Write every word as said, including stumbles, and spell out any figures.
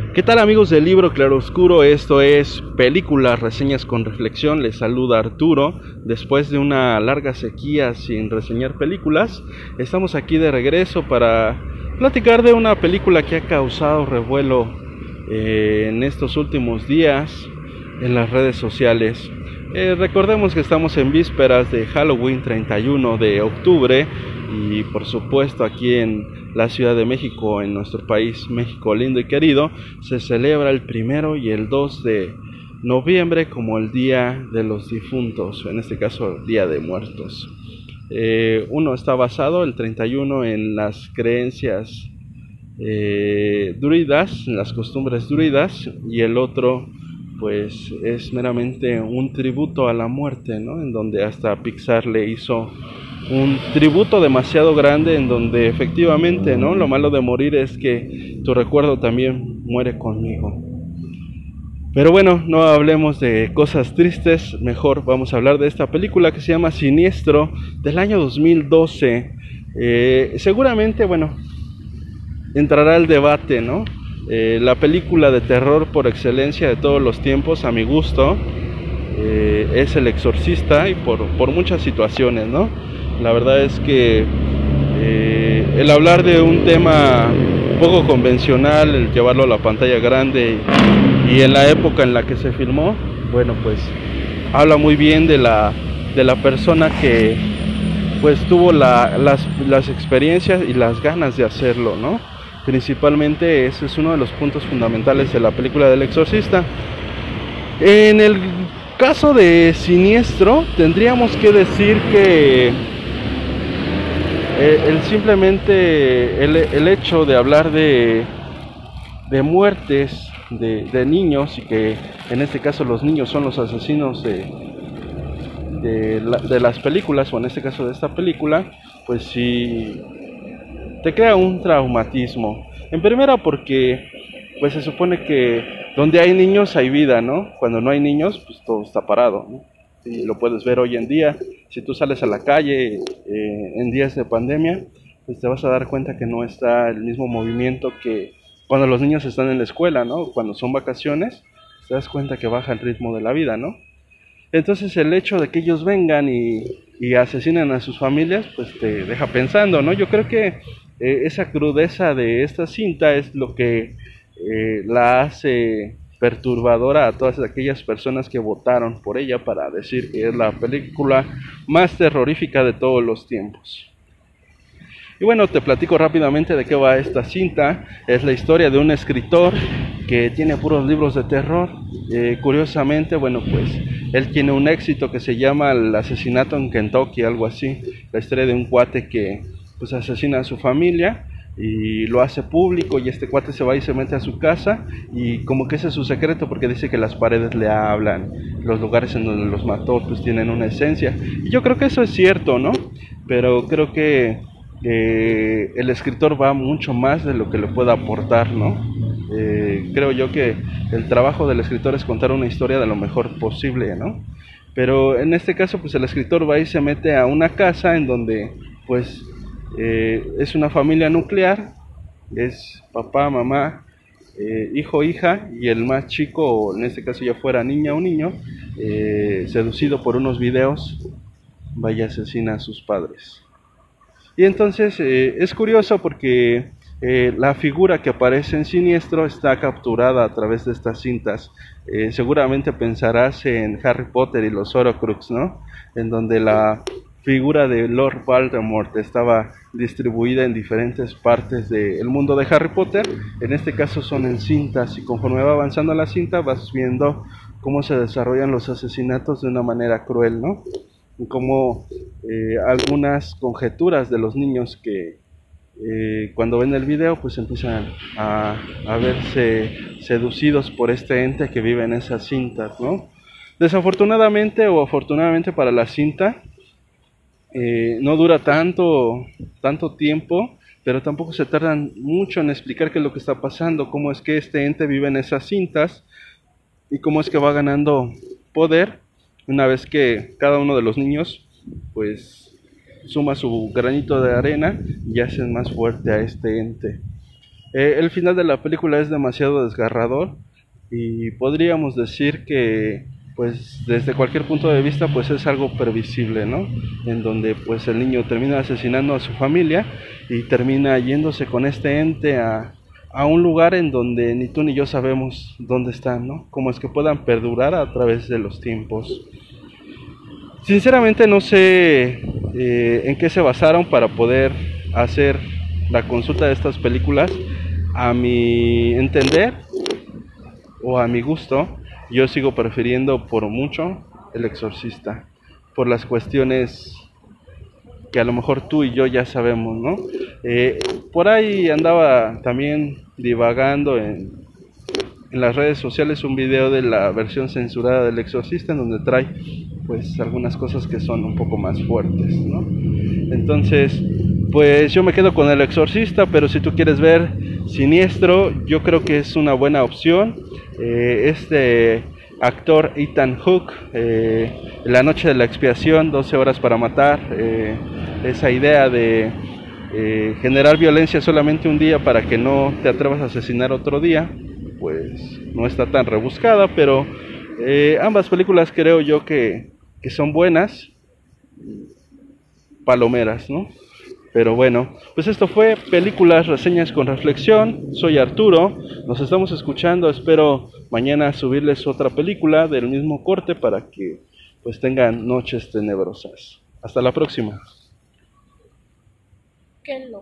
¿Qué tal, amigos del libro Claroscuro? Esto es Películas, Reseñas con Reflexión. Les saluda Arturo. Después de una larga sequía sin reseñar películas, estamos aquí de regreso para platicar de una película que ha causado revuelo eh, en estos últimos días en las redes sociales. Eh, recordemos que estamos en vísperas de Halloween, treinta y uno de octubre, y por supuesto aquí en la Ciudad de México, en nuestro país, México lindo y querido, se celebra el primero y el dos de noviembre como el Día de los Difuntos, en este caso el Día de Muertos. Eh, uno está basado, el treinta y uno, en las creencias eh, druidas, en las costumbres druidas, y el otro pues es meramente un tributo a la muerte, ¿no? En donde hasta Pixar le hizo un tributo demasiado grande, en donde efectivamente, ¿no? Lo malo de morir es que tu recuerdo también muere conmigo. Pero bueno, no hablemos de cosas tristes, mejor vamos a hablar de esta película que se llama Siniestro, del año dos mil doce. Eh, seguramente, bueno, entrará el debate, ¿no? Eh, la película de terror por excelencia de todos los tiempos, a mi gusto, eh, es El Exorcista, y por, por muchas situaciones, ¿no? La verdad es que eh, el hablar de un tema poco convencional, el llevarlo a la pantalla grande y, y en la época en la que se filmó, bueno, pues habla muy bien de la, de la persona que pues tuvo la, las, las experiencias y las ganas de hacerlo, ¿no? Principalmente ese es uno de los puntos fundamentales de la película del Exorcista. En el caso de Siniestro, tendríamos que decir que eh, el simplemente el, el hecho de hablar de, de muertes de, de niños, y que en este caso los niños son los asesinos de, de, la, de las películas, o en este caso de esta película, pues sí te crea un traumatismo. En primera porque pues se supone que donde hay niños hay vida, ¿no? Cuando no hay niños, pues todo está parado, ¿no? Y lo puedes ver hoy en día. Si tú sales a la calle eh, en días de pandemia, pues te vas a dar cuenta que no está el mismo movimiento que cuando los niños están en la escuela, ¿no? Cuando son vacaciones, te das cuenta que baja el ritmo de la vida, ¿no? Entonces el hecho de que ellos vengan y, y asesinen a sus familias, pues te deja pensando, ¿no? Yo creo que eh, esa crudeza de esta cinta es lo que eh, la hace perturbadora a todas aquellas personas que votaron por ella para decir que es la película más terrorífica de todos los tiempos. Y bueno, te platico rápidamente de qué va esta cinta. Es la historia de un escritor que tiene puros libros de terror. Eh, curiosamente, bueno, pues él tiene un éxito que se llama El asesinato en Kentucky, algo así. La historia de un cuate que pues asesina a su familia y lo hace público, y este cuate se va y se mete a su casa, y como que ese es su secreto, porque dice que las paredes le hablan, los lugares en donde los mató pues tienen una esencia. Y yo creo que eso es cierto, ¿no? Pero creo que eh, el escritor va mucho más de lo que le puede aportar, ¿no? Eh, creo yo que el trabajo del escritor es contar una historia de lo mejor posible, ¿no? Pero en este caso pues el escritor va y se mete a una casa en donde pues eh, es una familia nuclear, es papá, mamá, eh, hijo, hija, y el más chico, o en este caso ya fuera niña o niño, eh, seducido por unos videos, vaya asesina a sus padres. Y entonces eh, es curioso porque eh, la figura que aparece en Siniestro está capturada a través de estas cintas. Eh, seguramente pensarás en Harry Potter y los Horcrux, ¿no? En donde la figura de Lord Voldemort estaba distribuida en diferentes partes del mundo de Harry Potter. En este caso son en cintas, y conforme va avanzando la cinta vas viendo cómo se desarrollan los asesinatos de una manera cruel, ¿no? Como eh, algunas conjeturas de los niños que eh, cuando ven el video pues empiezan a, a verse seducidos por este ente que vive en esas cintas, ¿no? Desafortunadamente o afortunadamente para la cinta, eh, no dura tanto, tanto tiempo, pero tampoco se tardan mucho en explicar qué es lo que está pasando, cómo es que este ente vive en esas cintas y cómo es que va ganando poder una vez que cada uno de los niños pues suma su granito de arena y hacen más fuerte a este ente. Eh, el final de la película es demasiado desgarrador y podríamos decir que pues desde cualquier punto de vista pues es algo previsible, ¿no? En donde pues el niño termina asesinando a su familia y termina yéndose con este ente a, a un lugar en donde ni tú ni yo sabemos dónde están, ¿no? Cómo es que puedan perdurar a través de los tiempos. Sinceramente no sé eh, en qué se basaron para poder hacer la consulta de estas películas. A mi entender o a mi gusto, yo sigo prefiriendo por mucho El Exorcista, por las cuestiones que a lo mejor tú y yo ya sabemos, ¿no? Eh, por ahí andaba también divagando en, en las redes sociales un video de la versión censurada del Exorcista en donde trae pues algunas cosas que son un poco más fuertes, ¿no? Entonces, pues yo me quedo con El Exorcista, pero si tú quieres ver Siniestro, yo creo que es una buena opción. Eh, este actor Ethan Hawke, eh, La Noche de la Expiación, doce horas para matar, eh, esa idea de eh, generar violencia solamente un día para que no te atrevas a asesinar otro día, pues no está tan rebuscada, pero eh, ambas películas creo yo que, que son buenas, palomeras, ¿no? Pero bueno, pues esto fue Películas, Reseñas con Reflexión. Soy Arturo, nos estamos escuchando. Espero mañana subirles otra película del mismo corte para que pues tengan noches tenebrosas. Hasta la próxima. Que no.